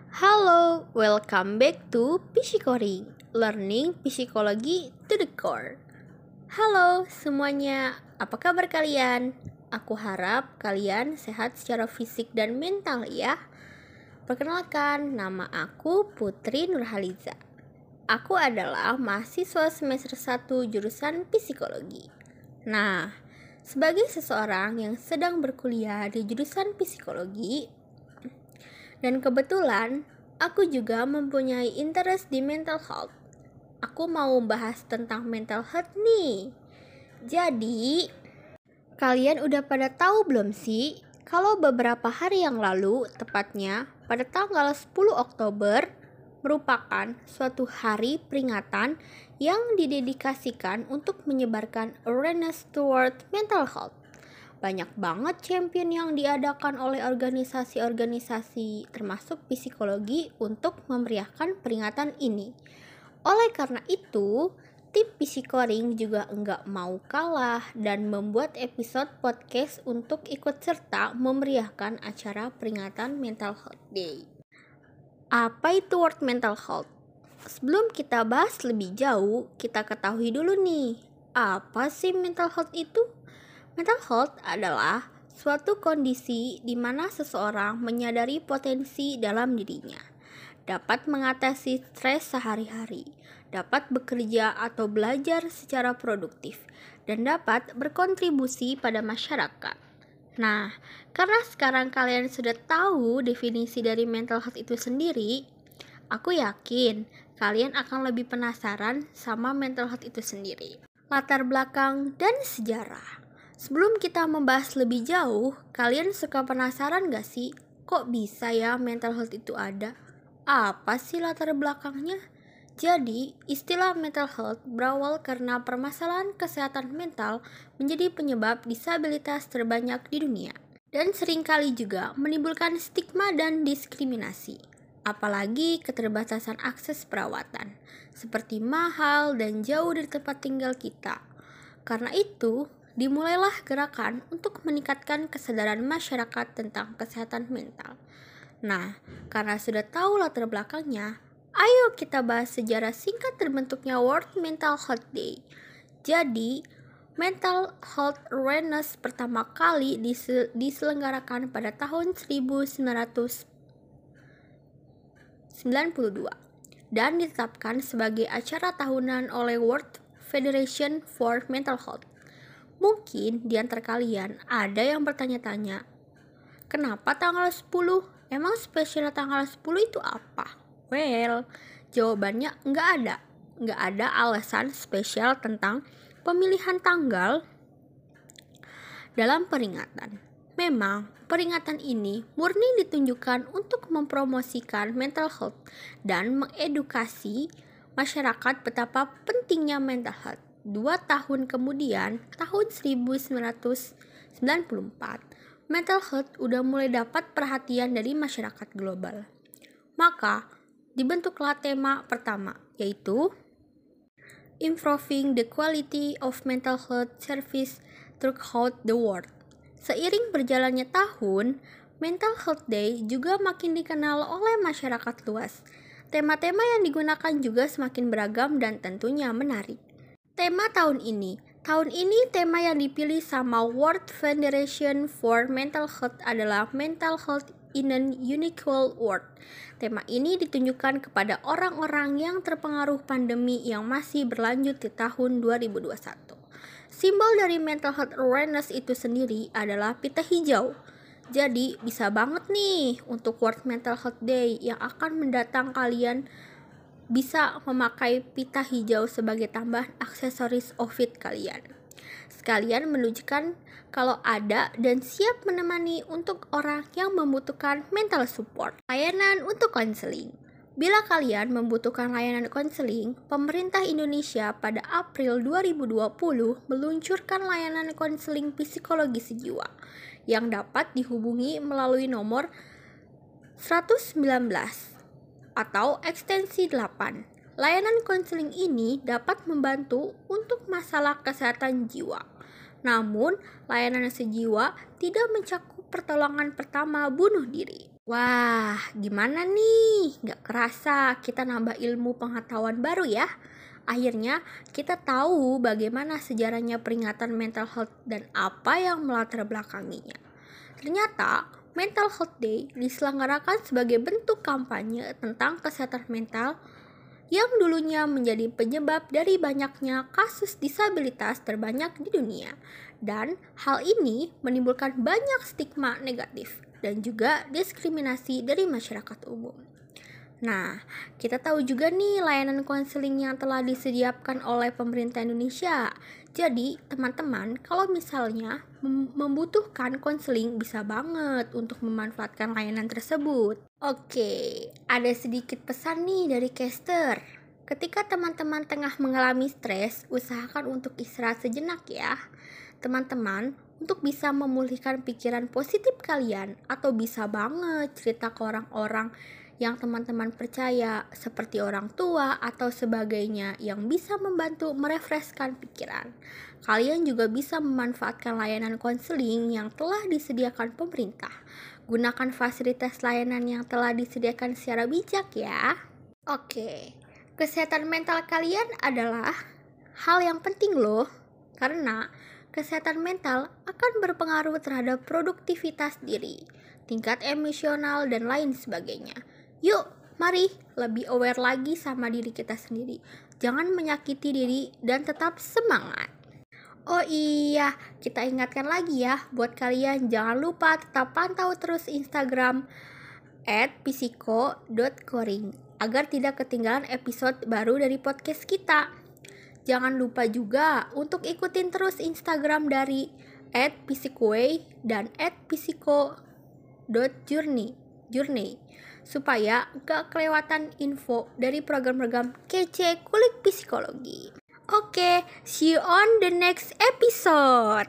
Halo, welcome back to Psikoring, learning psikologi to the core. Halo semuanya, apa kabar kalian? Aku harap kalian sehat secara fisik dan mental ya. Perkenalkan, nama aku Putri Nurhaliza. Aku adalah mahasiswa semester 1 jurusan psikologi. Nah, sebagai seseorang yang sedang berkuliah di jurusan psikologi, dan kebetulan, aku juga mempunyai interest di mental health. Aku mau bahas tentang mental health nih. Jadi, kalian udah pada tahu belum sih? Kalau beberapa hari yang lalu, tepatnya pada tanggal 10 Oktober, merupakan suatu hari peringatan yang didedikasikan untuk menyebarkan awareness toward mental health. Banyak banget champion yang diadakan oleh organisasi-organisasi termasuk psikologi untuk memeriahkan peringatan ini. Oleh karena itu, tim Psikoring juga enggak mau kalah dan membuat episode podcast untuk ikut serta memeriahkan acara peringatan Mental Health Day. Apa itu word mental health? Sebelum kita bahas lebih jauh, kita ketahui dulu nih, apa sih mental health itu? Mental health adalah suatu kondisi di mana seseorang menyadari potensi dalam dirinya, dapat mengatasi stres sehari-hari, dapat bekerja atau belajar secara produktif, dan dapat berkontribusi pada masyarakat. Nah, karena sekarang kalian sudah tahu definisi dari mental health itu sendiri, aku yakin kalian akan lebih penasaran sama mental health itu sendiri. Latar belakang dan sejarah. Sebelum kita membahas lebih jauh, kalian suka penasaran gak sih, kok bisa ya mental health itu ada? Apa sih latar belakangnya? Jadi, istilah mental health berawal karena permasalahan kesehatan mental menjadi penyebab disabilitas terbanyak di dunia. Dan seringkali juga menimbulkan stigma dan diskriminasi. Apalagi keterbatasan akses perawatan, seperti mahal dan jauh dari tempat tinggal kita. Karena itu, dimulailah gerakan untuk meningkatkan kesadaran masyarakat tentang kesehatan mental. Nah, karena sudah tahu latar belakangnya, ayo kita bahas sejarah singkat terbentuknya World Mental Health Day. Jadi, Mental Health Awareness pertama kali diselenggarakan pada tahun 1992 dan ditetapkan sebagai acara tahunan oleh World Federation for Mental Health. Mungkin di antara kalian ada yang bertanya-tanya, kenapa tanggal 10? Emang spesial tanggal 10 itu apa? Well, jawabannya nggak ada alasan spesial tentang pemilihan tanggal dalam peringatan. Memang, peringatan ini murni ditunjukkan untuk mempromosikan mental health dan mengedukasi masyarakat betapa pentingnya mental health. 2 tahun kemudian, tahun 1994, mental health udah mulai dapat perhatian dari masyarakat global. Maka, dibentuklah tema pertama, yaitu Improving the Quality of Mental Health Service Throughout the World. Seiring berjalannya tahun, Mental Health Day juga makin dikenal oleh masyarakat luas. Tema-tema yang digunakan juga semakin beragam dan tentunya menarik. Tema tahun ini tema yang dipilih sama World Federation for Mental Health adalah Mental Health in an Unequal World. Tema ini ditunjukkan kepada orang-orang yang terpengaruh pandemi yang masih berlanjut di tahun 2021. Simbol dari Mental Health Awareness itu sendiri adalah pita hijau. Jadi bisa banget nih untuk World Mental Health Day yang akan mendatang kalian bisa memakai pita hijau sebagai tambahan aksesoris outfit kalian. Sekalian menunjukkan kalau ada dan siap menemani untuk orang yang membutuhkan mental support. Layanan untuk konseling. Bila kalian membutuhkan layanan konseling, pemerintah Indonesia pada April 2020 meluncurkan layanan konseling psikologi sejiwa yang dapat dihubungi melalui nomor 119 atau ekstensi 8. Layanan konseling ini dapat membantu untuk masalah kesehatan jiwa. Namun, layanan sejiwa tidak mencakup pertolongan pertama bunuh diri. Wah, gimana nih? Gak kerasa kita nambah ilmu pengetahuan baru ya. Akhirnya kita tahu bagaimana sejarahnya peringatan mental health dan apa yang melatar belakanginya. Ternyata Mental Health Day diselenggarakan sebagai bentuk kampanye tentang kesehatan mental yang dulunya menjadi penyebab dari banyaknya kasus disabilitas terbanyak di dunia. Dan hal ini menimbulkan banyak stigma negatif dan juga diskriminasi dari masyarakat umum. Nah, kita tahu juga nih layanan konseling yang telah disediakan oleh pemerintah Indonesia. Jadi, teman-teman, kalau misalnya membutuhkan konseling bisa banget untuk memanfaatkan layanan tersebut. Oke, ada sedikit pesan nih dari caster. Ketika teman-teman tengah mengalami stres, usahakan untuk istirahat sejenak ya. Teman-teman, untuk bisa memulihkan pikiran positif kalian atau bisa banget cerita ke orang-orang yang teman-teman percaya seperti orang tua atau sebagainya yang bisa membantu merefreshkan pikiran. Kalian juga bisa memanfaatkan layanan konseling yang telah disediakan pemerintah. Gunakan fasilitas layanan yang telah disediakan secara bijak ya. Oke, kesehatan mental kalian adalah hal yang penting loh, karena kesehatan mental akan berpengaruh terhadap produktivitas diri, tingkat emosional, dan lain sebagainya. Yuk, mari lebih aware lagi sama diri kita sendiri. Jangan menyakiti diri dan tetap semangat. Oh iya, kita ingatkan lagi ya, buat kalian jangan lupa tetap pantau terus Instagram @psiko.coring agar tidak ketinggalan episode baru dari podcast kita. Jangan lupa juga untuk ikutin terus Instagram dari @psikoway dan @psiko.journey supaya gak kelewatan info dari program-program kece kulik psikologi. Oke, see you on the next episode.